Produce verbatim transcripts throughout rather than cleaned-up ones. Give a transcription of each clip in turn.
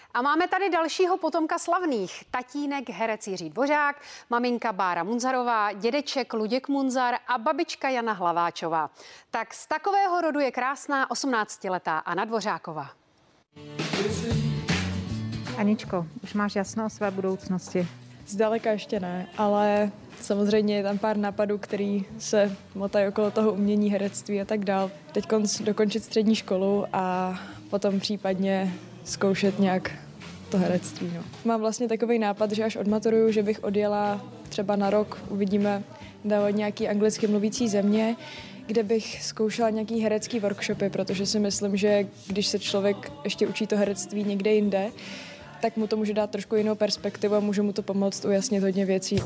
A máme tady dalšího potomka slavných. Tatínek herec Jiří Dvořák, maminka Bára Munzarová, dědeček Luděk Munzar a babička Jana Hlaváčová. Tak z takového rodu je krásná osmnáctiletá Anna Dvořáková. Aničko, už máš jasno o své budoucnosti? Zdaleka ještě ne, ale samozřejmě je tam pár nápadů, který se motají okolo toho umění, herectví a tak dál. Teď dokončit střední školu a potom případně zkoušet nějak to herectví. No. Mám vlastně takový nápad, že až odmaturuju, že bych odjela třeba na rok, uvidíme, do nějaký anglicky mluvící země, kde bych zkoušela nějaký herecký workshopy, protože si myslím, že když se člověk ještě učí to herectví někde jinde, tak mu to může dát trošku jinou perspektivu a může mu to pomoct ujasnit hodně věcí.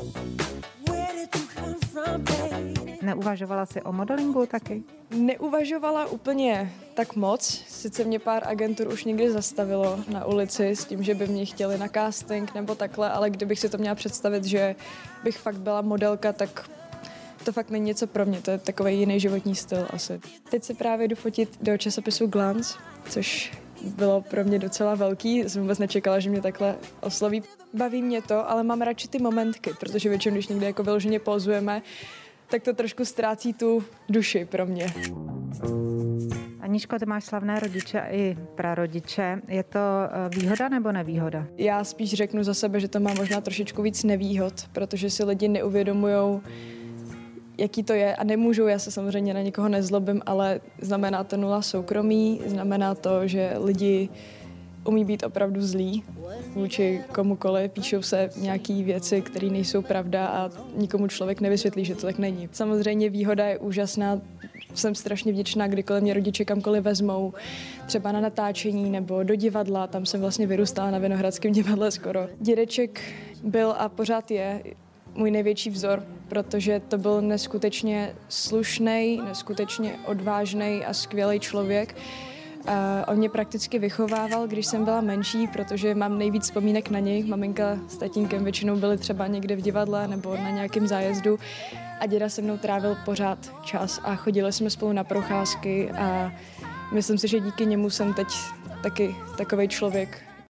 Neuvažovala jsi o modelingu taky? Neuvažovala úplně tak moc. Sice mě pár agentur už někdy zastavilo na ulici s tím, že by mě chtěli na casting nebo takhle, ale kdybych si to měla představit, že bych fakt byla modelka, tak to fakt není něco pro mě, to je takový jiný životní styl asi. Teď se právě jdu fotit do časopisu Glance, což bylo pro mě docela velký, jsem vůbec nečekala, že mě takhle osloví. Baví mě to, ale mám radši ty momentky, protože většinou, když někde jako vyloženě pozujeme, tak to trošku ztrácí tu duši pro mě. Aničko, ty máš slavné rodiče i prarodiče. Je to výhoda nebo nevýhoda? Já spíš řeknu za sebe, že to má možná trošičku víc nevýhod, protože si lidi neuvědomujou, jaký to je a nemůžou, já se samozřejmě na nikoho nezlobím, ale znamená to nula soukromí, znamená to, že lidi umí být opravdu zlí vůči komukoliv, píšou se nějaký věci, které nejsou pravda a nikomu člověk nevysvětlí, že to tak není. Samozřejmě výhoda je úžasná, jsem strašně vděčná, kdykoliv mě rodiče kamkoliv vezmou, třeba na natáčení nebo do divadla, tam jsem vlastně vyrůstala na Vinohradském divadle skoro. Dědeček byl a pořád je můj největší vzor, protože to byl neskutečně slušnej, neskutečně odvážnej a skvělý člověk. A on mě prakticky vychovával, když jsem byla menší, protože mám nejvíc vzpomínek na něj. Maminka s tatínkem většinou byli třeba někde v divadle nebo na nějakém zájezdu a děda se mnou trávil pořád čas a chodili jsme spolu na procházky a myslím si, že díky němu jsem teď taky takovej člověk,